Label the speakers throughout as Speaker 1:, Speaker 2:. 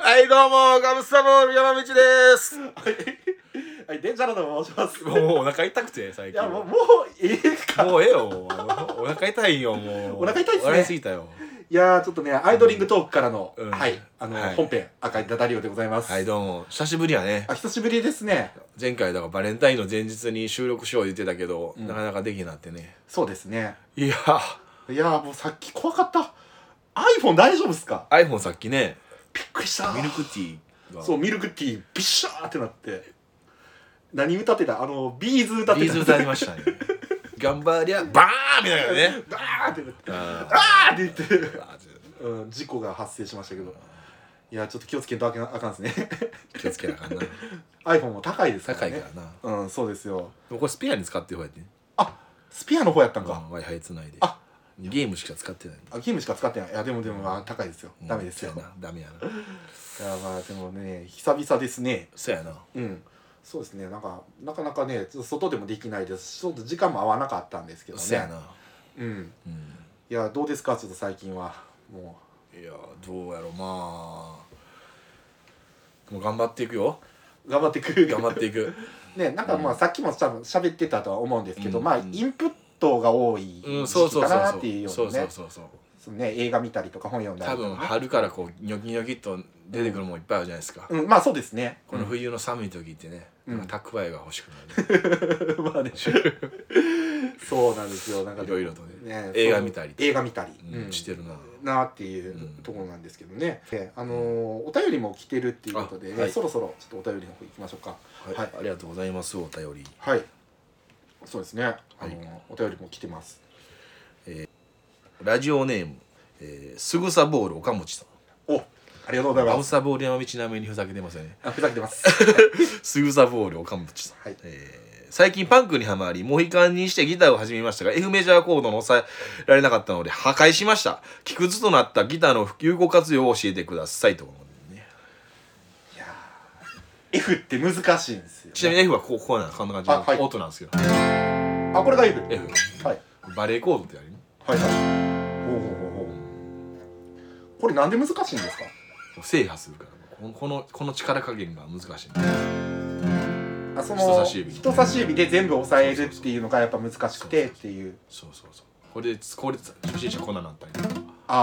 Speaker 1: はいどうもガムスタボール山道です
Speaker 2: はい、デンジャラと申します。
Speaker 1: もうお腹痛くて最近
Speaker 2: いやもうええか。
Speaker 1: もうええよお腹痛いよもう
Speaker 2: お腹痛いっすね
Speaker 1: 笑いすぎたよ
Speaker 2: いやちょっとねアイドリングトークからの、
Speaker 1: うん
Speaker 2: はい
Speaker 1: はい
Speaker 2: 本編赤いダダリオでございます。
Speaker 1: はいどうも久しぶりやね
Speaker 2: 久しぶりですね。
Speaker 1: 前回だからバレンタインの前日に収録しよう言ってたけど、
Speaker 2: うん
Speaker 1: なかなかできなってね
Speaker 2: そうですね。
Speaker 1: いや
Speaker 2: いやもうさっき怖かった。 iPhone 大丈夫っすか。
Speaker 1: iPhone さっきね
Speaker 2: びっくりした
Speaker 1: ミルクティーが
Speaker 2: そうミルクティービッシャーってなって、何歌ってたビーズ歌ってた。
Speaker 1: ビーズ歌いましたね頑張りゃバーンみたいなね
Speaker 2: バーってなって
Speaker 1: あ
Speaker 2: あーって言って、
Speaker 1: ー
Speaker 2: 事故が発生しましたけど、いやちょっと気をつけんとあかんですね
Speaker 1: 気をつけなあかんな
Speaker 2: iPhone も高いですからね。
Speaker 1: 高いからな
Speaker 2: そうですよ。
Speaker 1: でもこれスペアに使ってる方やってね
Speaker 2: スペアの方やったんか。
Speaker 1: Wi-Fi つないで
Speaker 2: あ
Speaker 1: ゲームしか使ってない
Speaker 2: ゲームしか使ってない。いやでも高いですよ。ダメですよ。
Speaker 1: そうやなダメやない
Speaker 2: やまあでもね久々ですね。
Speaker 1: そうやな
Speaker 2: そうですね。なかなかねちょっと外でもできないです。ちょっと時間も合わなかったんですけどね。
Speaker 1: そうやな
Speaker 2: いやどうですかちょっと最近はも
Speaker 1: いやどうやろまあもう頑張っていくよ
Speaker 2: う頑張ってく
Speaker 1: 頑張っていく
Speaker 2: ねなんかまあさっきも多分喋ってたとは思うんですけど、
Speaker 1: うん
Speaker 2: まあインプットが多い時期かなっていうようなね。そうね映画見たりとか本読んだり
Speaker 1: 多分春からこうニョキニョキっと出てくるもんいっぱいあるじゃないですか
Speaker 2: まあそうですね。
Speaker 1: この冬の寒い時ってね蓄えが欲しくなる
Speaker 2: まあねそうなんですよ。なんか
Speaker 1: いろいろとね
Speaker 2: ね
Speaker 1: 映画見たり
Speaker 2: して
Speaker 1: るな
Speaker 2: なっていうところなんですけどね。お便りも来てるっていうことでね、そろそろちょっとお便りの方行きましょうか。
Speaker 1: はいありがとうございますお便り
Speaker 2: はいそうですね。お便りも来てます。
Speaker 1: ラジオネームすぐさボール岡持さん
Speaker 2: おありがとうございます。
Speaker 1: ガムサボール山道ちなみにふざけてますよね
Speaker 2: ふざけてます
Speaker 1: すぐさボール岡持さん
Speaker 2: はい
Speaker 1: 最近パンクにはまりモヒカンにしてギターを始めましたが F メジャーコードの抑えられなかったので破壊しました。木くずとなったギターの有効活用を教えてくださいと、ね、
Speaker 2: いや F って難しいんですよ、ね、
Speaker 1: ちなみに F はこんな感じの音なんですけど
Speaker 2: これが F
Speaker 1: F
Speaker 2: はい
Speaker 1: バレーコードってやるね
Speaker 2: はいこれなんで難しいんですか。
Speaker 1: 制覇するからこの力加減が難しい、ね、
Speaker 2: その人差し指で全部押さえるっていうのがやっぱ難しくてっていう。
Speaker 1: そうこれで初心者こんななったりとか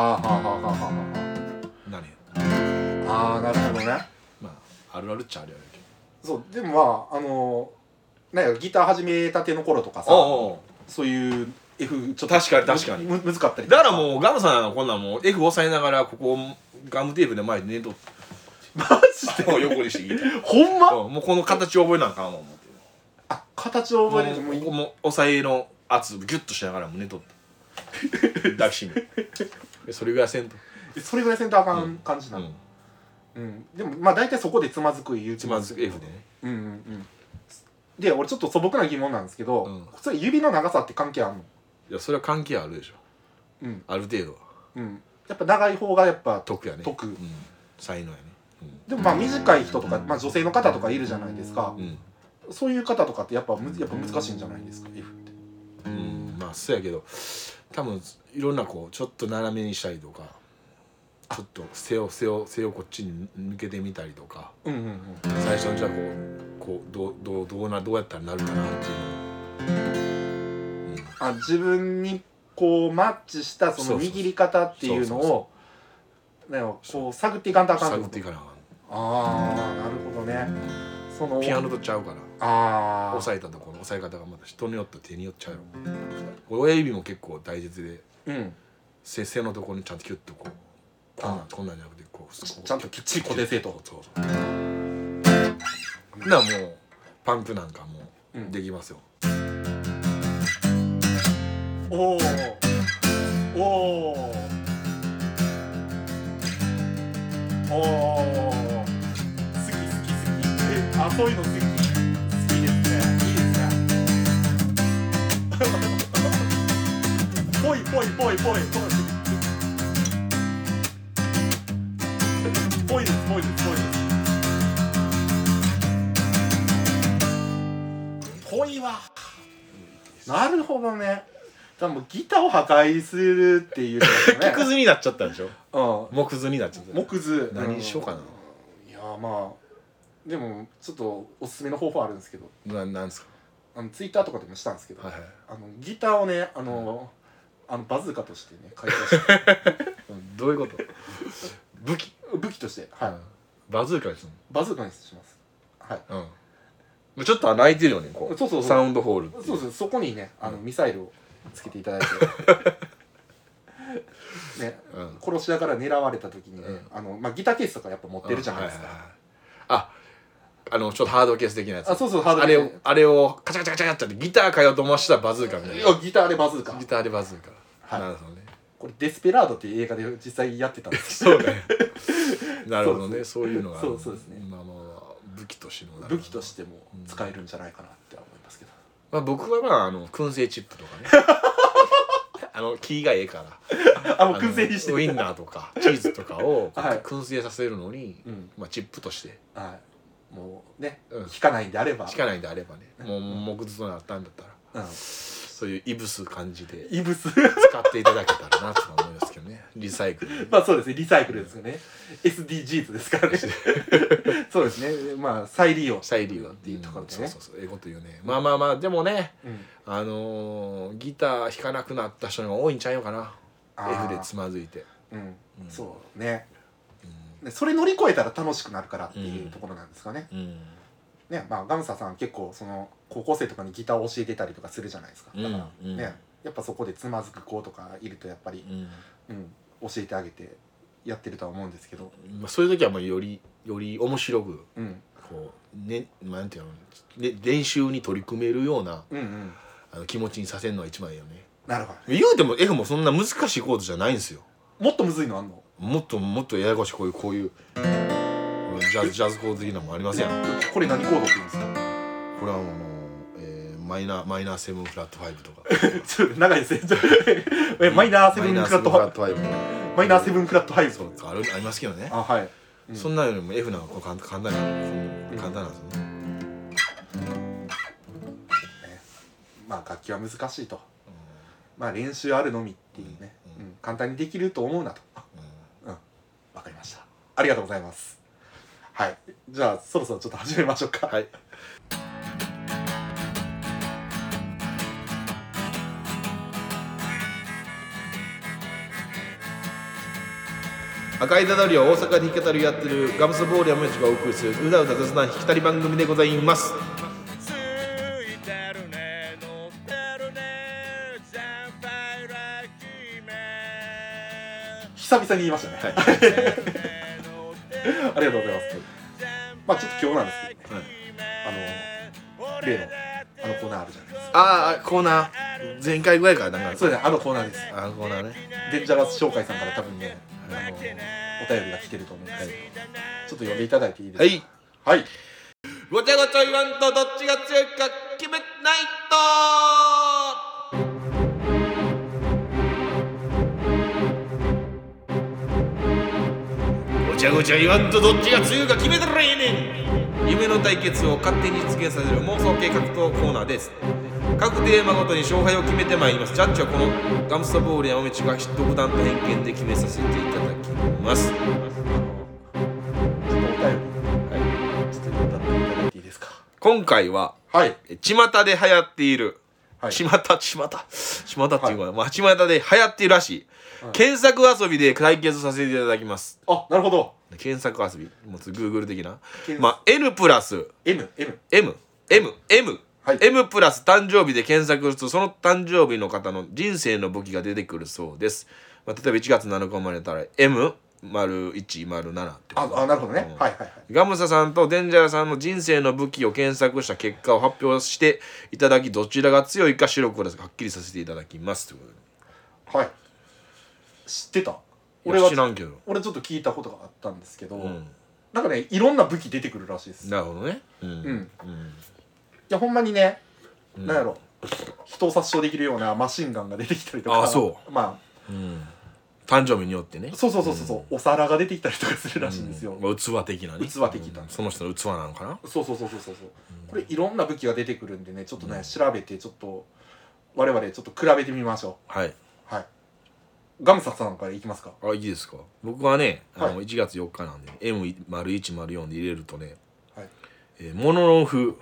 Speaker 1: なれへん
Speaker 2: なるほどね。
Speaker 1: まああるあるっちゃあるやるけ
Speaker 2: どそうでもまあなんやギター始めたての頃とかさそういう F ちょっと
Speaker 1: 確かに
Speaker 2: 難かったり
Speaker 1: だからもうガムさんはこんなんもう F 押さえながらここガムテープで前に寝とって
Speaker 2: マジで
Speaker 1: 横にしてギター
Speaker 2: ほんま
Speaker 1: もうこの形を覚えなあかんわ思って
Speaker 2: 形を覚える
Speaker 1: もうここも押さえの圧ギュッとしながらも寝とって抱きしめそれぐらいせんと
Speaker 2: それぐらいせんとあかん感じなの。でもまあ大体そこでつまずく言うてます。
Speaker 1: F でね
Speaker 2: で俺ちょっと素朴な疑問なんですけど、それ指の長さって関係あるの。
Speaker 1: いやそれは関係あるでしょある程度は
Speaker 2: やっぱ長い方がやっぱ
Speaker 1: 得やね
Speaker 2: 得
Speaker 1: 才能やね
Speaker 2: でもまあ短い人とか女性の方とかいるじゃないですか。そういう方とかってやっぱ難しいんじゃないですか F って。
Speaker 1: まあそうやけど多分いろんなこうちょっと斜めにしたりとかちょっと背をこっちに抜けてみたりとか最初にじゃあこうどうやったらなるかなっていうの
Speaker 2: 自分にこうマッチしたその握り方っていうのをこう探っていかんとあかん
Speaker 1: 探っていかなあか
Speaker 2: ん。なるほどね。その
Speaker 1: ピアノとちゃうから押さえたところの押さえ方がまた人によって手によっちゃうよ親指も結構大切で背のところにちゃんとキュッとこうこんなんじゃなくてこう
Speaker 2: ちゃんときっちり固定せえと。
Speaker 1: なもうパンクなんかもできますよ。
Speaker 2: おお好きそういうの好きですね。いいですね。ぽいですぽいわ。なるほどね。多分ギターを破壊するっていうのがね
Speaker 1: 木くずになっちゃったでしょ木くずになっちゃった
Speaker 2: 木くず
Speaker 1: 何しようかな
Speaker 2: あまあでもちょっとおすすめの方法あるんですけど、
Speaker 1: なんですか。
Speaker 2: ツイッターとかでもしたんですけど、
Speaker 1: はいはい、
Speaker 2: ギターをねバズーカとしてね改造して
Speaker 1: どういうこと？武器
Speaker 2: として、はい、
Speaker 1: バズーカにするの？
Speaker 2: バズーカにします。はい、
Speaker 1: ちょっと開いてるよね、こう。
Speaker 2: そう
Speaker 1: サウンドホール。
Speaker 2: そうそこにねミサイルをつけていただいてね、殺し屋から狙われた時にね、ギターケースとかやっぱ持ってるじゃないですか。
Speaker 1: ちょっとハードケース的なやつ。
Speaker 2: そうハードケース。
Speaker 1: あれをカチャカチャカチャってギターかよと思わしたらバズーカみたいな。
Speaker 2: ギターでバズーカ。
Speaker 1: ギターでバズーカ。
Speaker 2: はい。
Speaker 1: なるほどね。
Speaker 2: これデスペラードっていう映画で実際やってたんですけど。
Speaker 1: そうね。なるほどね。そういうのが。
Speaker 2: そうですね。
Speaker 1: 武器としても。
Speaker 2: 武器としても使えるんじゃないかなって思いますけど。
Speaker 1: 僕は燻製チップとかね。木がええから。
Speaker 2: もう燻製にして。
Speaker 1: ウインナーとかチーズとかを燻製させるのに、チップとして。
Speaker 2: はい。もうね、引かないんであれば。
Speaker 1: 引かないんであればね。もう木造になったんだったら。そういういぶす感じで使っていただけたらなと思いますけどね。リサイクル。
Speaker 2: そうですね、リサイクルですよね。SDGs ですからね。そうですね、再利用っていうところでね。
Speaker 1: そうええこと言うね。でもね、ギター弾かなくなった人が多いんちゃうよかな。F でつまずいて。
Speaker 2: そうね。それ乗り越えたら楽しくなるからっていうところなんですかね。ね、ガムサさん結構高校生とかにギターを教えてたりとかするじゃないですか。だからね、やっぱそこでつまずく子とかいるとやっぱり教えてあげてやってるとは思うんですけど、
Speaker 1: そういう時はより面白くこうね、なんていうの、練習に取り組めるような気持ちにさせるのが一番いいよね。
Speaker 2: なるほど。
Speaker 1: 言うても F もそんな難しいコードじゃないんですよ。
Speaker 2: もっとむずいのあんの？
Speaker 1: もっとややこしいこういうジャズコード的なのもありません。
Speaker 2: これ何コードって言うんですか？
Speaker 1: これはマイナーセブンフラット5とか。
Speaker 2: ちょっと長いですね。マイナーセブンフラット5。マイナーセブンフラット5。
Speaker 1: そうありますけどね。
Speaker 2: はい。
Speaker 1: そんなよりも F なんか簡単なんですよね。
Speaker 2: 楽器は難しいと。練習あるのみっていうね。簡単にできると思うなと。わかりました。ありがとうございます。はい。じゃあそろそろちょっと始めましょうか。
Speaker 1: はい。赤いダダリを大阪で弾き語りやってるガムスボールやムチがお送りするうだうだ雑談弾き語り番組でございます。
Speaker 2: 久々に言いましたね。はい、ありがとうございます。ちょっと今日なんですけどね、例のコーナーあるじゃないですか。
Speaker 1: コーナー前回ぐらいからなんか
Speaker 2: そうですね、コーナーです。
Speaker 1: コーナーね。
Speaker 2: デンジャラス商会さんから多分ね、お便りが来てると思うんですけど、ちょっと読んでいただいていいですか？はい。
Speaker 1: ごちゃごちゃ言わんとどっちが強いか決めないと。ごちゃごちゃ言わんとどっちが強いか決めたらええねん。夢の対決を勝手に実現させる妄想計画とコーナーです。各テーマごとに勝敗を決めてまいります。ジャッジはこのガムスタボールや豆知が独断と偏見で決めさせていただきます。
Speaker 2: ちょっとお便り、ちょっと読んだっていただいていいですか？
Speaker 1: 今回は、巷で流行っている、巷っていうか、巷で流行っているらしい、検索遊びで対決させていただきます。
Speaker 2: なるほど。
Speaker 1: 検索遊び、もうGoogle的な、N プラス M プラス誕生日で検索するとその誕生日の方の人生の簿記が出てくるそうです。例えば1月7日生まれたら M0107 って
Speaker 2: なるほどね。
Speaker 1: ガムサさんとデンジャラさんの人生の武器を検索した結果を発表していただき、どちらが強いか白黒はっきりさせていただきますということで。
Speaker 2: 知ってた？
Speaker 1: 俺は知らんけど、
Speaker 2: 俺ちょっと聞いたことがあったんですけど、なんかね、いろんな武器出てくるらしいです。
Speaker 1: なるほどね。
Speaker 2: いやほんまにね、なんやろ、人を殺傷できるようなマシンガンが出てきたりとか、
Speaker 1: 誕生日によってね。
Speaker 2: そうお皿が出てきたりとかするらしいんですよ。
Speaker 1: 器的なね。
Speaker 2: 器的な。
Speaker 1: その人の器なのかな。
Speaker 2: そう。これいろんな武器が出てくるんでね、ちょっとね調べてちょっと我々ちょっと比べてみましょう。 ガムサさんからいきますか。
Speaker 1: いいですか。僕はね、
Speaker 2: はい
Speaker 1: 1月4日なんで M0104 で入れるとね、
Speaker 2: はい
Speaker 1: モノノフ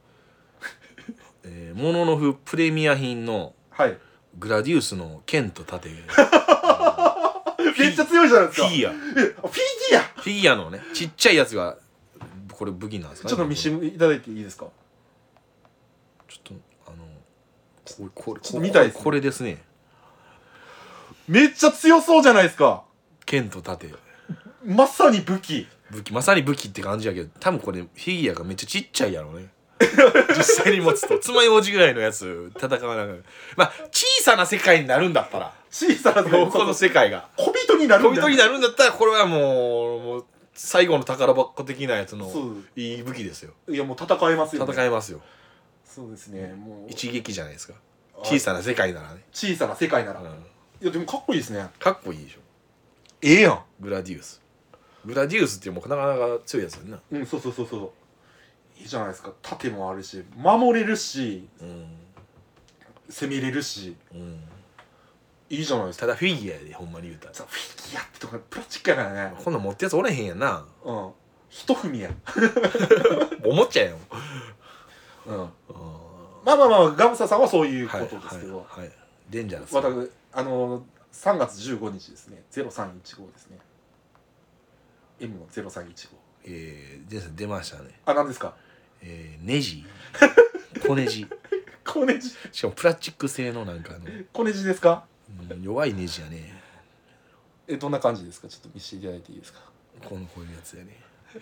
Speaker 1: モノノフプレミア品の
Speaker 2: はい
Speaker 1: グラディウスの剣と盾
Speaker 2: めっちゃ強いじゃないですか。
Speaker 1: フィギュア
Speaker 2: フィギュア
Speaker 1: フィギュアのねちっちゃいやつがこれ武器なんですかね。
Speaker 2: ちょっと見せていただいていいですか。
Speaker 1: ちょっとこれ
Speaker 2: ちょっと見たいですね
Speaker 1: これですね。
Speaker 2: めっちゃ強そうじゃないですか。
Speaker 1: 剣と盾
Speaker 2: まさに武器。
Speaker 1: まさに武器って感じやけど、多分これフィギュアがめっちゃちっちゃいやろうね実際に持つと爪楊枝ぐらいのやつ戦わながら、まあ小さな世界になるんだったら、
Speaker 2: 小さな
Speaker 1: この世界が
Speaker 2: 小人になるんだ。
Speaker 1: 小人になるんだったら、これはもう最後の宝箱的なやつの
Speaker 2: そう
Speaker 1: いい武器ですよ。
Speaker 2: いやもう戦えますよ、ね、
Speaker 1: 戦えますよ。
Speaker 2: そうですね。もう
Speaker 1: 一撃じゃないですか。小さな世界ならね、
Speaker 2: 小さな世界なら、
Speaker 1: うん、
Speaker 2: いやでもかっこいいですね。
Speaker 1: かっこいいでしょ。
Speaker 2: ええやん。
Speaker 1: グラディウスってもうなかなか強いやつやんな。
Speaker 2: うん、そういいじゃないですか。盾もあるし守れるし攻めれるし、いいじゃないですか。
Speaker 1: ただフィギュアやで、ほんまに言うたら。
Speaker 2: さフィギュアってとかプラスチックやからね。
Speaker 1: こんなん持ってやつおれへんやんな。
Speaker 2: うん一踏みや。
Speaker 1: おもちゃやん。
Speaker 2: うんまあガムサさんはそういうことですけど、
Speaker 1: はい、デンジャラス。
Speaker 2: 私3月15日ですね。0315ですね。M の0315。
Speaker 1: 出ましたね。
Speaker 2: あ、何ですか。
Speaker 1: ネジ小ネジ
Speaker 2: 小ネジ。
Speaker 1: しかもプラスチック製のなんか
Speaker 2: 小ネジですか。
Speaker 1: 弱いネジやね。
Speaker 2: どんな感じですか。ちょっと見せていただいていいですか。
Speaker 1: こういうやつやね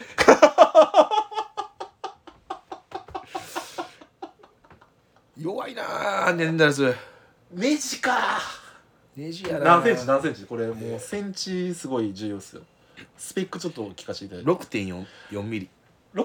Speaker 1: 弱いなデンジャラス。
Speaker 2: ネジか。
Speaker 1: ネジやな。
Speaker 2: 何センチこれもうセンチすごい重要っすよ。スペックちょっと聞かせていただいて。
Speaker 1: 6.4 ミリ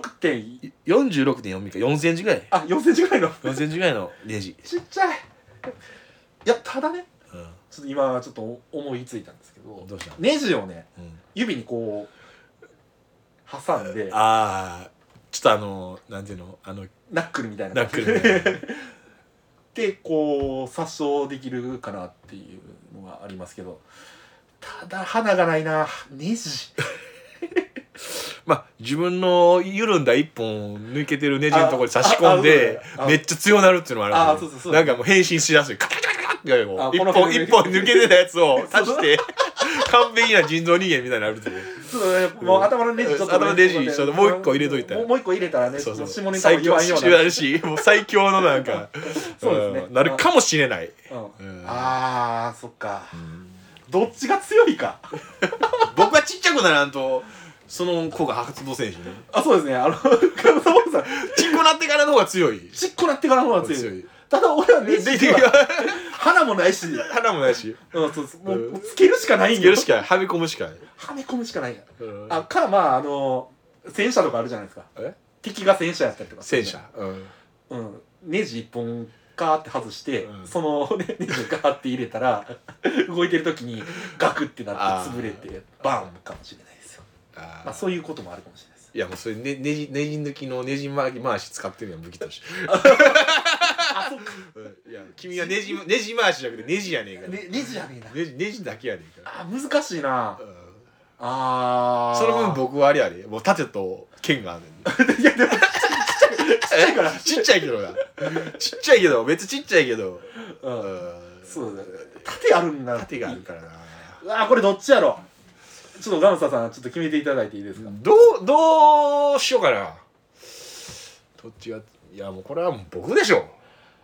Speaker 2: 6.46.4
Speaker 1: ミリか4センチぐらい。
Speaker 2: あ、4センチぐらいの
Speaker 1: 4センチぐらいのネジ。
Speaker 2: ちっちゃい。いやただね、
Speaker 1: うん、
Speaker 2: ちょっと今ちょっと思いついたんですけど、
Speaker 1: どうした
Speaker 2: ネジをね、
Speaker 1: うん、
Speaker 2: 指にこう挟んで、
Speaker 1: ああちょっとなんていうの
Speaker 2: ナックルみたいな
Speaker 1: ナックルみたいな
Speaker 2: でこう殺傷できるかなっていうのがありますけど、ただ花がないな。ネジ
Speaker 1: まあ自分の緩んだ一本抜けてるネジのところに差し込んでめっちゃ強なるっていうのもあるんですよ。なんかもう変身しやすい。カタカタカタってこう一本抜けてたやつを足して完璧な人造人間みたいになるっていう。
Speaker 2: もう頭のネジちょっと
Speaker 1: 頭のネジちょっともう一個入れといたら、
Speaker 2: もう一個入れたらね、
Speaker 1: そうそう
Speaker 2: 下ネタも言わんような
Speaker 1: 言わんし、もう最強のなんか
Speaker 2: そうですね、
Speaker 1: なるかもしれない。
Speaker 2: ああそっか、どっちが強いか
Speaker 1: 僕はちっちゃくならんとその子が発動せんしね。
Speaker 2: あ、そうですね。カムサボさん
Speaker 1: ちっこなってからの方が強い。
Speaker 2: ちっこなってからの方が強い。ただ俺はネジは花もないし、
Speaker 1: 花もないし、
Speaker 2: そうもうつけるしかないんよ。
Speaker 1: つけるしかない、はめ込むしかない。
Speaker 2: はめ込むしかないんや。まあ戦車とかあるじゃないですか。敵が戦車やったりとか。
Speaker 1: 戦車。
Speaker 2: ネジ一本ガーって外して、そのネジをガーって入れたら動いてる時にガクってなって潰れてバーンかもしれないですよ。まあそういうこともあるかもしれないです。
Speaker 1: いやもうそれネジ抜きのネジ回し使ってるやん、武器として。
Speaker 2: あ、そっか。
Speaker 1: いや君はネジ回しじゃなくてネジやねんから。
Speaker 2: ネジやねえな。
Speaker 1: ネジだけやねんから。
Speaker 2: あ、難しいな。
Speaker 1: その分僕はあれやで、もう盾と剣があるねん。
Speaker 2: いやでもちっちゃいから。
Speaker 1: ちっちゃいけどな。ちっちゃいけど、別にちっちゃいけど。
Speaker 2: そうだね。盾あるんだ。
Speaker 1: 盾があるからな。
Speaker 2: うわ、これどっちやろ。ちょっとガムサさんちょっと決めていただいていいですか。
Speaker 1: どうしようかな。どっちが、いやもうこれはもう僕でしょ。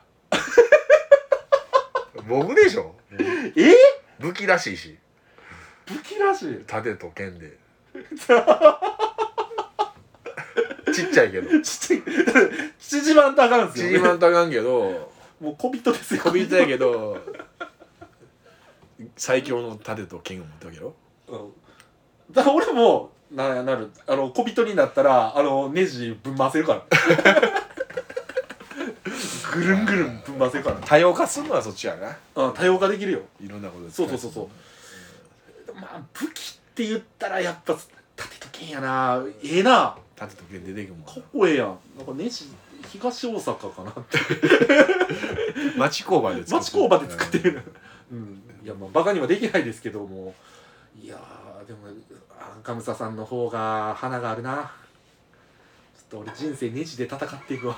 Speaker 1: 僕でしょ。武器らしいし。
Speaker 2: 武器らしい。
Speaker 1: 盾と剣で。ちっちゃいけど。
Speaker 2: 縮まんとあかんすよね。
Speaker 1: 縮まんとあかんけど。
Speaker 2: もう小人ですよ。
Speaker 1: 小人やけど。最強の盾と剣を持ったわけよ。
Speaker 2: だから俺も小人になったらネジぶん回せるからぐるんぐるんぶん回せるから。
Speaker 1: 多様化するのはそっちやな。
Speaker 2: 多様化できるよ。
Speaker 1: いろんなことで。
Speaker 2: そうまあ武器って言ったらやっぱ盾と剣やな。ええな。
Speaker 1: 盾と剣出てくるもん。
Speaker 2: かっこええやん。なんかネジ東大阪かなって
Speaker 1: 町工場で
Speaker 2: 作ってる。いやまあバカにはできないですけども、いやでもガムサさんの方が花があるな。ちょっと俺人生ネジで戦っていくわ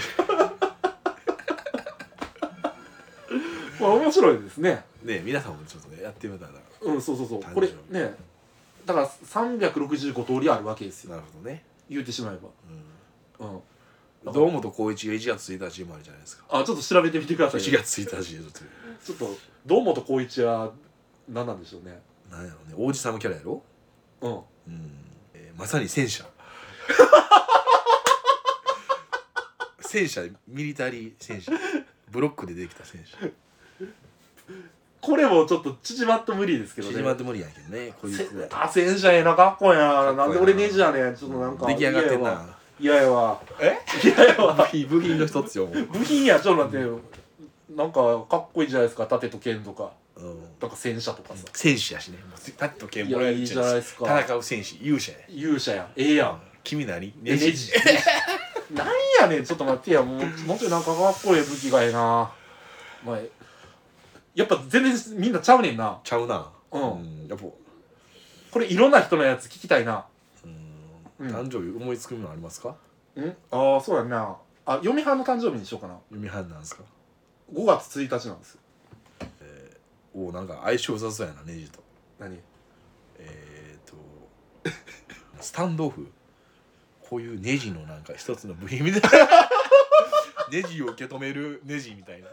Speaker 2: まあ面白いですね。
Speaker 1: ね、皆さんもちょっとねやってみたら。
Speaker 2: そうこれね、だから365通りあるわけですよ。
Speaker 1: なるほどね。
Speaker 2: 言うてしまえば。
Speaker 1: 堂本光一が1月1日もあるじゃないですか。
Speaker 2: ちょっと調べてみてください。
Speaker 1: 1月1日で
Speaker 2: ちょっと堂本光一は何なんでしょうね。
Speaker 1: なんやろうね、王子様キャラやろ。まさに戦車戦車、ミリタリー戦車、ブロックでできた戦車。
Speaker 2: これもちょっと縮まって無理ですけどね。
Speaker 1: 縮まって無理やけどね。こういう
Speaker 2: 戦車ええな、かっこいいな。なんで俺ネジやねん。ちょっとなんか
Speaker 1: 出来上がってんな。
Speaker 2: 嫌やわ。
Speaker 1: 嫌やわ。部品の一つよ。
Speaker 2: 部品や。ちょっと待って、なんかかっこいいじゃないですか。盾と剣とか。なんか戦車とかさ。
Speaker 1: 戦士やしね。盾と剣もらえる。
Speaker 2: いいじゃないですか。
Speaker 1: 戦う戦士、勇者や。
Speaker 2: 勇者や。ええやん。
Speaker 1: 君何？
Speaker 2: ネジ。なんやねん。ちょっと待ってや。もうちょいなんかかっこいい武器がええな。やっぱ全然みんなちゃうねんな。
Speaker 1: ちゃうな。
Speaker 2: やっぱこれいろんな人のやつ聞きたいな。
Speaker 1: 誕生日思いつくのありますか？
Speaker 2: そうやんな。嫁はんの誕生日にしようかな。
Speaker 1: 嫁はんなんですか
Speaker 2: ？5月1日なんですよ。
Speaker 1: なんか相性良さそうやな、ネジと。
Speaker 2: 何？
Speaker 1: スタンドオフ。こういうネジのなんか一つの部品みたいなネジを受け止めるネジみたいな。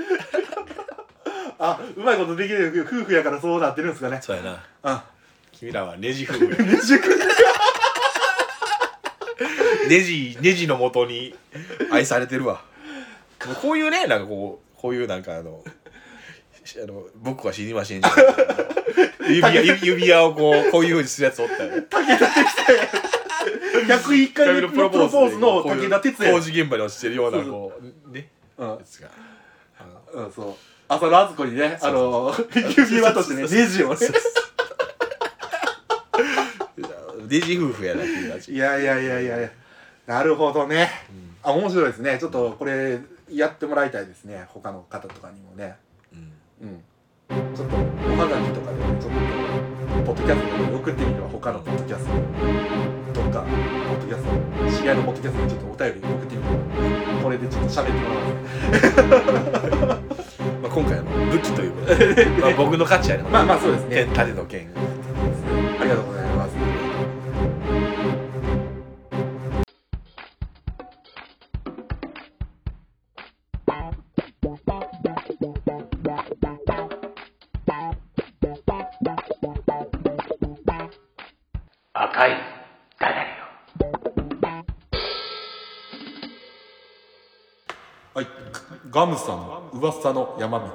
Speaker 2: うまいことできる夫婦やからそうなってるんですかね。
Speaker 1: そうやな。君らはネジ夫婦や。ネジの元に愛されてるわ。こういうね、なんかこういうなんか僕は知りませんじゃん。指輪をこういう風にするやつおったよ。
Speaker 2: 武田鉄矢101回目のプロポーズの武田鉄矢。
Speaker 1: 工事現場に落ちてるようなこうねやつが。
Speaker 2: そう。浅野敦子にね、指輪としてね、ネジをね。
Speaker 1: ネジ夫婦やなっていう感じ。
Speaker 2: いや。なるほどね。面白いですね。ちょっとこれやってもらいたいですね。他の方とかにもね。ちょっとおはがきとかでね、ちょっとポッドキャストに送ってみるわ。他のポッドキャストとか、ポッドキャスト、知り合いのポッドキャストにちょっとお便り送ってみるわ。これでちょっと喋ってもらおう。
Speaker 1: 今回武器ということで僕の価値ある
Speaker 2: まあそうですね。
Speaker 1: 盾の剣。
Speaker 2: ありがとうございます。
Speaker 1: 赤いダダリ
Speaker 2: オ。はい、ガムさんの噂の山道。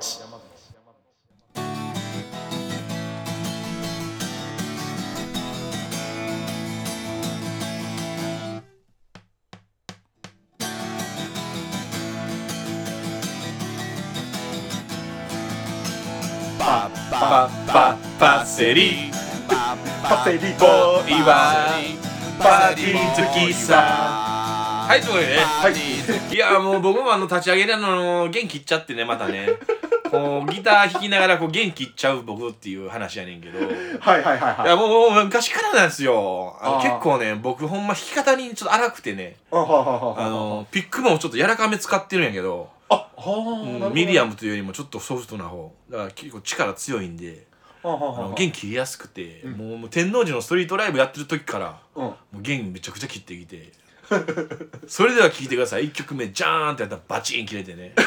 Speaker 1: パセリ
Speaker 2: パセリ
Speaker 1: ボーイはパーティー好きさ。はい、ということでね、いやもう僕も立ち上げで元気いっちゃってね、またねこうギター弾きながらこう元気いっちゃう僕っていう話やねんけど、いやもう昔からなんですよ。結構ね、僕ほんま弾き方にちょっと荒くてね、ピックもちょっと柔らかめ使ってるんやけど、ミディアムというよりもちょっとソフトな方だから結構力強いんで弦切りやすくて、もう天王寺のストリートライブやってる時からもう弦めちゃくちゃ切ってきてそれでは聴いてください。1曲目ジャーンってやったらバチン切れてね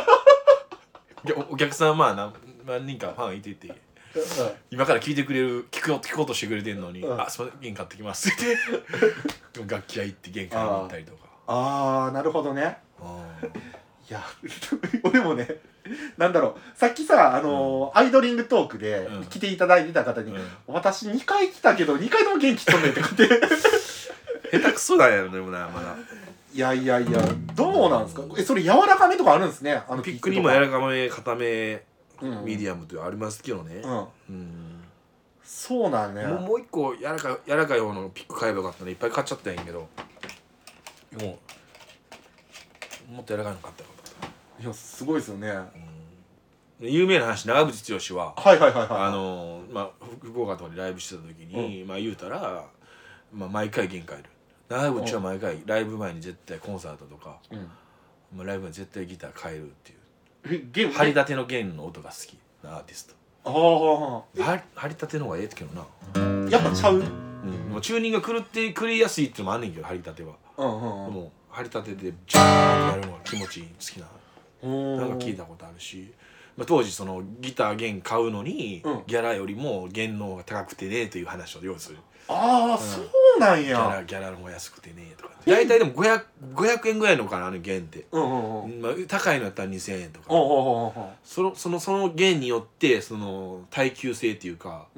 Speaker 1: お客さん何人かファンいてて今から聴いてくれる聴こうとしてくれてんのに「すいません弦買ってきます」って言って楽器屋行って弦買いに行ったりとか。
Speaker 2: なるほどね。いや俺もね、なんだろう、さっきさアイドリングトークで来ていただいてた方に「私2回来たけど2回とも元気とんねん」って言って
Speaker 1: 下手くそなんやろでもな、まだ。
Speaker 2: いやどうなんですか。それ柔らかめとかあるんですね。
Speaker 1: ピックにも柔らかめ固めミディアムというありますけどね。
Speaker 2: そうなんね。
Speaker 1: もう一個柔らかい方のピック買えばよかったね。いっぱい買っちゃったんやけど、もっと柔らかいの買ったよ。
Speaker 2: いやすごいですよね。
Speaker 1: 有名な話、長渕剛は福岡とかでライブしてた時に、言うたら、毎回弦変える。長渕は毎回ライブ前に絶対コンサートとか、ライブ前に絶対ギター変えるっていう。張り立ての弦の音が好きなアーティスト。張り立ての方がええけどな。
Speaker 2: やっぱちゃう。
Speaker 1: もうチューニングが狂いやすいっていうのもあんねんけど、張り立ては。もう張り立てでジャーってやるのが気持ちいい、好きな。なんか聞いたことあるし、当時そのギター弦買うのに、ギャラよりも弦の方が高くてねという話を用意する。
Speaker 2: そうなんや。
Speaker 1: ギャラの方が安くてねとか。大体でも500円ぐらいのかな、弦って。高いのやったら2000円とか。その弦によってその耐久性っていうか、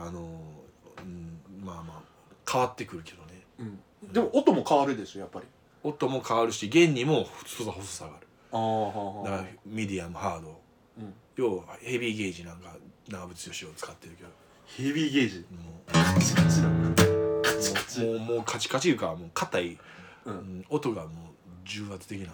Speaker 1: 変わってくるけどね。
Speaker 2: でも音も変わるでしょ、やっぱり。
Speaker 1: 音も変わるし、弦にも細さがある。だからミディアム、ハード、要はヘビーゲージなんか長渕剛を使ってるけど。
Speaker 2: ヘビーゲージ、カチカチだ。
Speaker 1: もうカチカチいうか、もう硬い、音がもう重圧的な音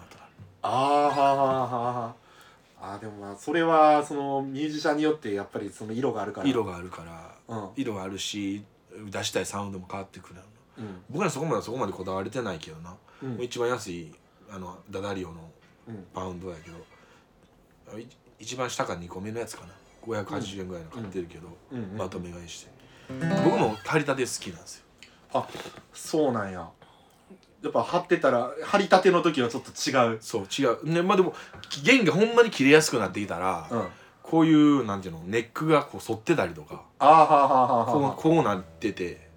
Speaker 1: だ。
Speaker 2: でもそれはそのミュージシャンによってやっぱりその色があるから。
Speaker 1: 色があるし、出したいサウンドも変わってくる。僕らそこまでこだわれてないけどな。一番安いダダリオのパウンドやけど、一番下から2個目のやつかな、580円ぐらいの買ってるけど、まとめ買いして。僕も張り立て好きなんですよ。
Speaker 2: そうなんや。やっぱ張ってたら張り立ての時はちょっと違う。
Speaker 1: そう違うね。でも弦がほんまに切れやすくなってきたら、こういうなんていうの、ネックがこう反ってたりとか、こうなってて、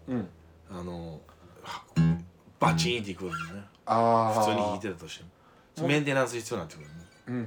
Speaker 1: バチンっていくのね。普通に弾いてたとしてもメンテナンス必要になってくるね。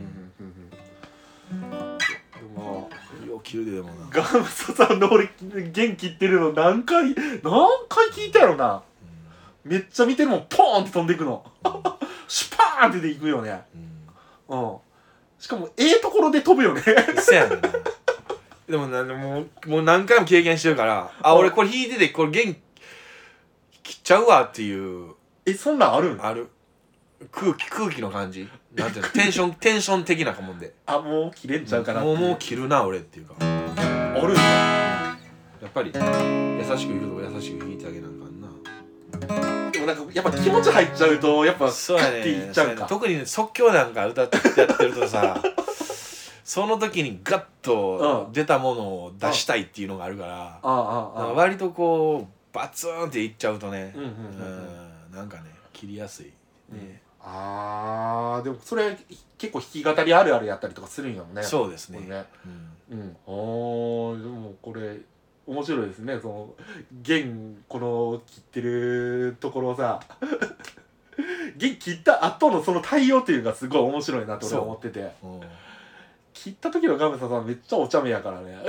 Speaker 1: でもよう切るでもな。
Speaker 2: ガムサさんの俺弦切ってるの何回聞いたやろな。めっちゃ見てるもん、ポーンって飛んでいくの。シュパーンっていくよね。しかもところで飛ぶよね。
Speaker 1: そうやねんな。でももう何回も経験してるから、俺これ弾いててこれ弦切っちゃうわっていう。
Speaker 2: そんなんあるん？
Speaker 1: ある。空気の感じ、なんていうの、テンション的なかもんで、
Speaker 2: もう切れんちゃうかなって。
Speaker 1: もう切るな俺っていうか、
Speaker 2: あるんだ。
Speaker 1: やっぱり優しくいくと優しく弾いてあげなあかんな。
Speaker 2: でもなんかやっぱ気持ち入っちゃうとやっぱ
Speaker 1: そうやね、
Speaker 2: っていっちゃうか。
Speaker 1: 特にね、即興なんか歌ってやってるとさその時にガッと出たものを出したいっていうのがあるから、割とこうバツンっていっちゃうとね、なんかね、切りやすいね。
Speaker 2: でもそれ結構弾き語りあるあるやったりとかするんやもんね。
Speaker 1: そうですね。
Speaker 2: でもこれ面白いですね。その弦この切ってるところさ弦切った後のその対応っていうのがすごい面白いなと俺は思ってて、切った時のガムサさんめっちゃお茶目やからねやっ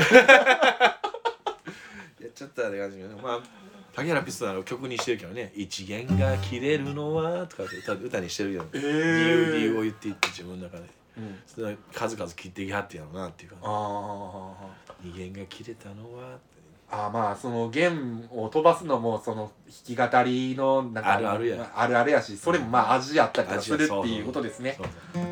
Speaker 1: ちゃったらって感じ。竹原ピストルの曲にしてるけどね、一弦が切れるのはとかって歌にしてるけど、理由を言っていって自分の中で、それは数々切っていきはってやろうなっていうか、二弦が切れたのは
Speaker 2: その弦を飛ばすのもその弾き語りのなんかあるあるやし、それも味やったりとかするっていうことですね。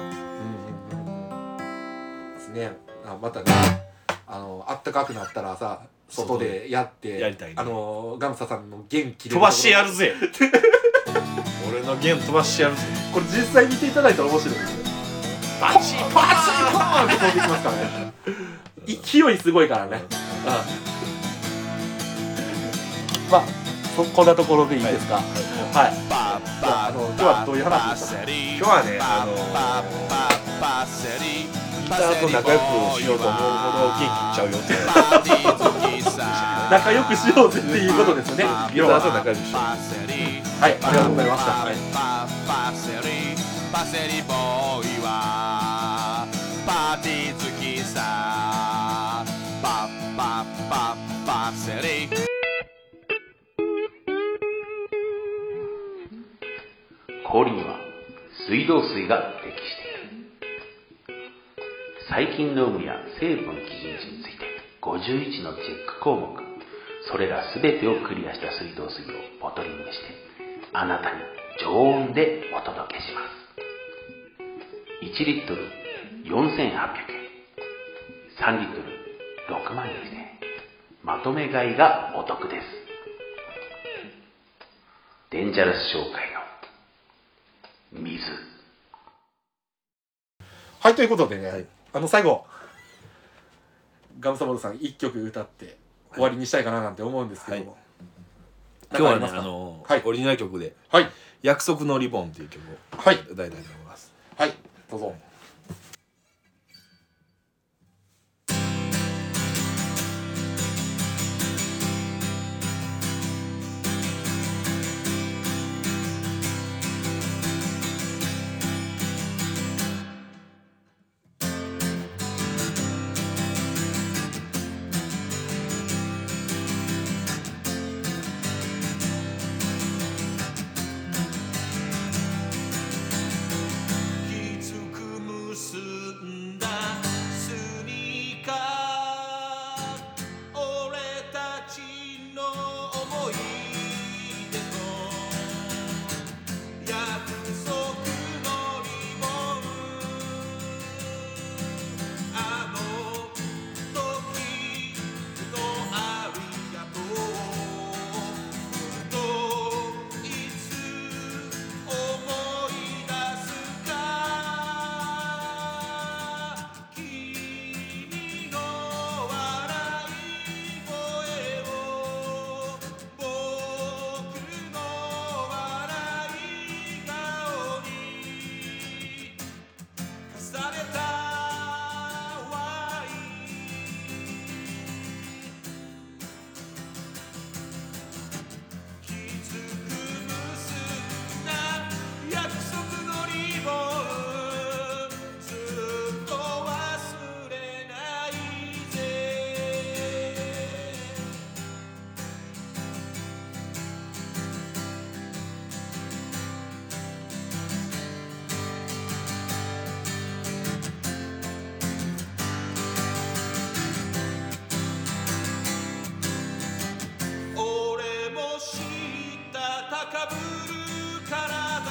Speaker 2: ですね。またね、あったかくなったらさ、外でやりたいね。ガムサさんの弦切れる
Speaker 1: 飛ばしてやるぜ俺の弦飛ばしてやるぜ。
Speaker 2: これ実際見ていただいたら面白いですよ。パチンパーンって飛んできますからね勢いすごいからね。こんなところでいいですか。はい。今日はどういう話でしたか。
Speaker 1: 今日はね、ギターと仲良くしようと思うほど元気いっちゃうよって
Speaker 2: 仲良くしようぜっていうことですね。
Speaker 1: ギターと仲良くしよう。
Speaker 2: はい、ありがとうございました。パセリボーイはパーティー好きさ。パセリ。
Speaker 3: 氷には水道水が適している。細菌の有無や成分基準値について51のチェック項目、それら全てをクリアした水道水をボトリングしてあなたに常温でお届けします。1リットル4800円。 3リットル6万円ですね。まとめ買いがお得です。デンジャラス商会の水。
Speaker 2: はい、ということでね、
Speaker 1: はい
Speaker 2: 最後ガムサボードさん1曲歌って終わりにしたいかななんて思うんですけども、
Speaker 1: はい今日はね
Speaker 2: はい
Speaker 1: オリジナル曲で
Speaker 2: はい
Speaker 1: 「約束のリボン」っていう曲を
Speaker 2: はい
Speaker 1: 歌いたいと思います。
Speaker 2: はい、どうぞ。
Speaker 4: きつく結んだスニーカー、俺たちの思い出と約束のリボン、あの時のありがとう、ふといつ思い出すか、君の笑い声を僕の笑い顔に重ねたワイン、きつく結んだ約束のリボン、ずっと忘れないぜ。俺も知った高ぶる体、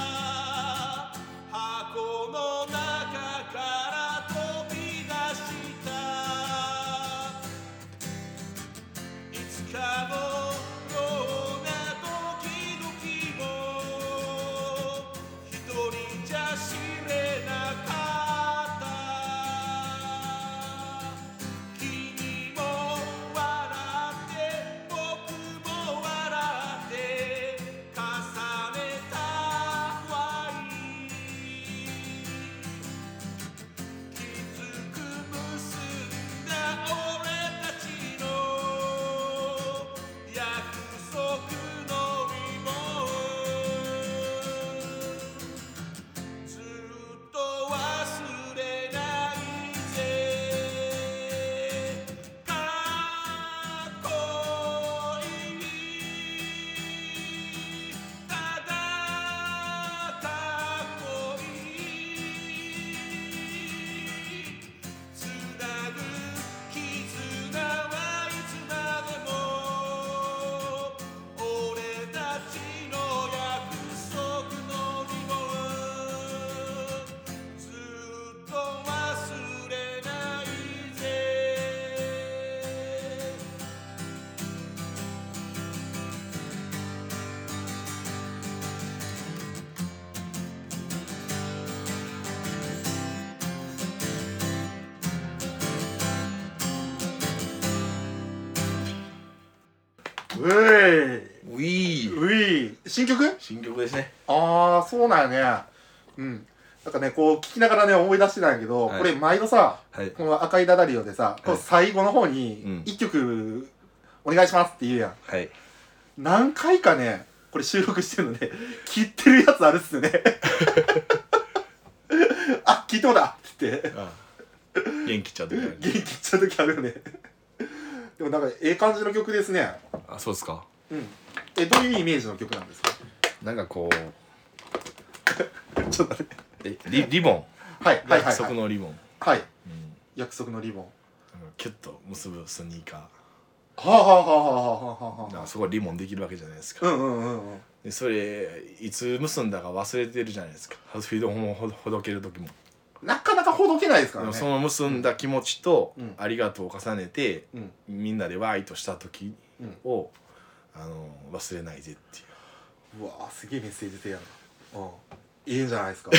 Speaker 4: 箱の中から飛び出した、いつかのようなドキドキも一人じゃ知れなかった、君も笑って僕も笑って重ねたワイン、きつく結んだ俺たちの約束のリボン、ずっと忘れないぜ。かっこいい、ただかっこいい、つなぐ絆はいつまでも俺たちの約束のリボン、ずっと忘れないぜ。
Speaker 2: うえ
Speaker 1: ウィー
Speaker 2: うい新曲？
Speaker 1: 新曲ですね。
Speaker 2: ああ、そうなんやね。うん。なんかね、こう聞きながらね思い出してたんやけど、
Speaker 1: はい
Speaker 2: これ毎度さ、
Speaker 1: はい
Speaker 2: この赤いダダリオでさ、この最後の方
Speaker 1: う
Speaker 2: に
Speaker 1: ん
Speaker 2: 一曲お願いしますって言うやん。
Speaker 1: はい。
Speaker 2: 何回かね、これ収録してるので切ってるやつあるっすよね。あ、聞いてもだって言って
Speaker 1: ああ元気っちゃう時ある
Speaker 2: 元気いっちゃう時あるよね。でもなんかええ感じの曲ですね。
Speaker 1: あ、そうですか。
Speaker 2: うん。どういうイメージの曲なんですか？
Speaker 1: なんかこ
Speaker 2: ちょっと待って。
Speaker 1: リボン、
Speaker 2: はいはいはい
Speaker 1: 約束
Speaker 2: はい。
Speaker 1: のリボン、
Speaker 2: はい。
Speaker 1: うん、
Speaker 2: 約束のリボン。
Speaker 1: キュッと結ぶスニーカ
Speaker 2: はあはあはあはあはあはあは
Speaker 1: ー、そこリボンできるわけじゃないです
Speaker 2: あ。
Speaker 1: か。
Speaker 2: うんうんうんうん。
Speaker 1: でそれいつ結んだか忘れてるじゃないですか。フィードもほどける時も。
Speaker 2: なかなかほどけないですからね。
Speaker 1: その結んだ気持ちと、
Speaker 2: うん
Speaker 1: ありがとうを重ねて、
Speaker 2: うん
Speaker 1: みんなでワイとした時
Speaker 2: うん
Speaker 1: を、忘れないでっていう。
Speaker 2: うわすげえメッセージ性やな。いいんじゃないですか。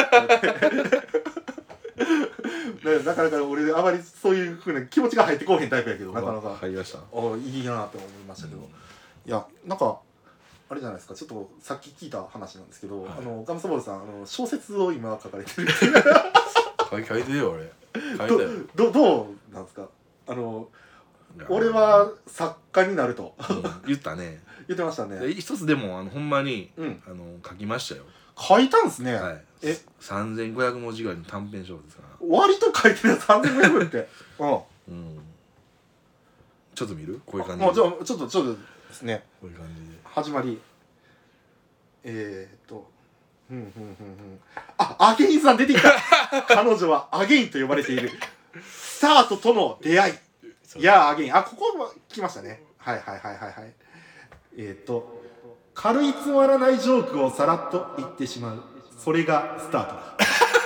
Speaker 2: なかなか俺あまりそういう風な気持ちが入ってこうへんタイプやけど、なかなか
Speaker 1: 入りました。
Speaker 2: いいなって思いましたけど、いやなんかあれじゃないですか、ちょっとさっき聞いた話なんですけど、
Speaker 1: はい
Speaker 2: ガムサボールさん小説を今書かれてるっていう
Speaker 1: 書いてよ俺。書いたよ。
Speaker 2: どうなんですか。俺は作家になると
Speaker 1: 言ったね。
Speaker 2: 言ってましたね。
Speaker 1: 一つでもほんまに、
Speaker 2: うん
Speaker 1: 書きましたよ。
Speaker 2: 書いたんですね。
Speaker 1: はい。3500文字ぐらいの短編小説かな。
Speaker 2: 割と書いてる3000分って
Speaker 1: ちょっと見る？こういう感じで。
Speaker 2: もうじゃあちょっとですね、
Speaker 1: こういう感じで。
Speaker 2: 始まりアゲインさん出てきた。彼女はアゲインと呼ばれている。スタートとの出会い。いやアゲイン、ここも来ましたね。はい軽いつまらないジョークをさらっと言ってしまう、それがスタートだ。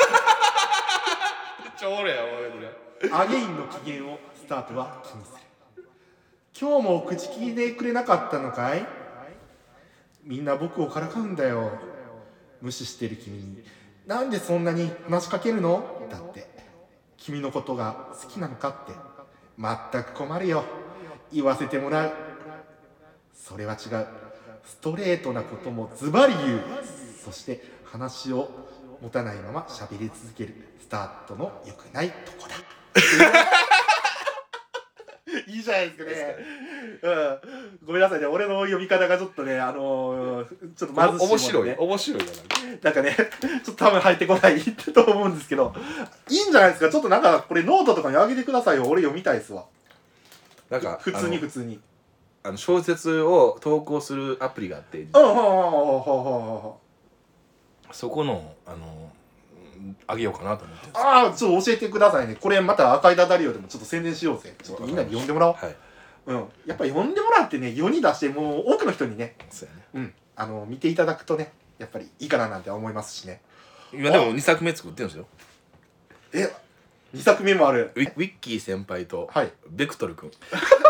Speaker 1: 俺やこれ。
Speaker 2: アゲインの機嫌をスタートは気にする。今日も口聞いてくれなかったのかい。みんな僕をからかうんだよ。無視してる君になんでそんなに話しかけるの。だって君のことが好きなのかって。全く困るよ、言わせてもらう。それは違う。ストレートなこともズバリ言う。そして話を持たないまま喋り続ける。スタートの良くないとこだ。いいじゃないですかね。ごめんなさいね、俺の読み方がちょっとね、ちょっと貧しいものね。
Speaker 1: 面白いよ
Speaker 2: なんかね、ちょっと多分入ってこないと思うんですけど、いいんじゃないですか。ちょっとなんかこれノートとかに上げてくださいよ。俺読みたいですわ。
Speaker 1: なんか
Speaker 2: 普通に
Speaker 1: 小説を投稿するアプリがあって、そこのあげようかなと思ってるんです。
Speaker 2: ちょっと教えてくださいね。これまた赤いダダリオでもちょっと宣伝しようぜ。ちょっとみんなに読んでもらおう。
Speaker 1: はい。
Speaker 2: やっぱ読んでもらってね、世に出してもう多くの人にね、
Speaker 1: そうやね。
Speaker 2: 見ていただくとね、やっぱりいいかななんて思いますしね。
Speaker 1: 今でも2作目作ってるんですよ。
Speaker 2: 2作目もある。
Speaker 1: ウィッキー先輩とベクトル君。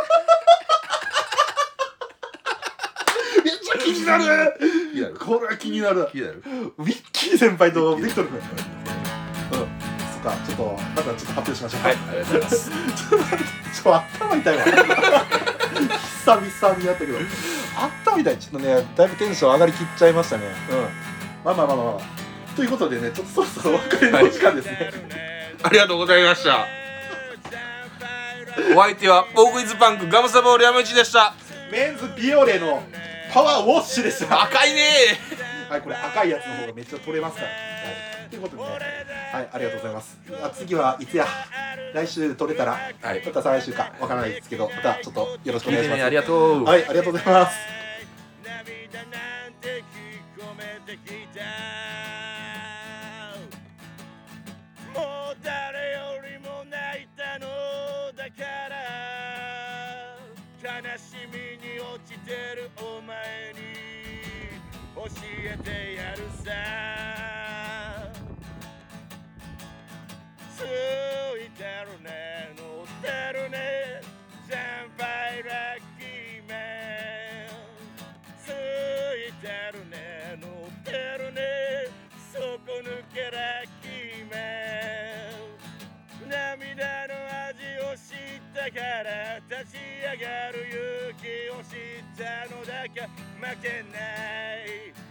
Speaker 2: めっちゃ気になる。これは気になる。
Speaker 1: 気になる。
Speaker 2: ウィッキー先輩とビクトル君。そっか、ちょっとまたちょっと発表しましょうか。
Speaker 1: はい、ありがとうございます。
Speaker 2: 頭痛いわ。久々にやったけど、頭痛い。ちょっとね、だいぶテンション上がりきっちゃいましたね。まあ。ということでね、ちょっとそろそろお別れのお時間ですね。
Speaker 1: ありがとうございました。お相手はボークイズパンクガムサボール山内でした。
Speaker 2: メンズビオレのパワーウォッシュでした。
Speaker 1: 赤いね
Speaker 2: はい、これ赤いやつの方がめっちゃ取れますから。ということでね、はい、ありがとうございます。次はいつや、来週取れたら、また再来週かわからないですけど、またちょっとよろしくお願いします。
Speaker 1: ありがとう。
Speaker 2: はい、ありがとうございます。
Speaker 4: 涙なんて聞こえてきた。もう誰よりも泣いたのだから、悲しみに落ちてるお前に教えてやるさ。ついてるね、乗ってるね、先輩ラッキーメン。ついてるね、乗ってるね、そこ抜けラッキーメン。涙の味を知ったから立ち上がる勇気を知ったのだか負けない。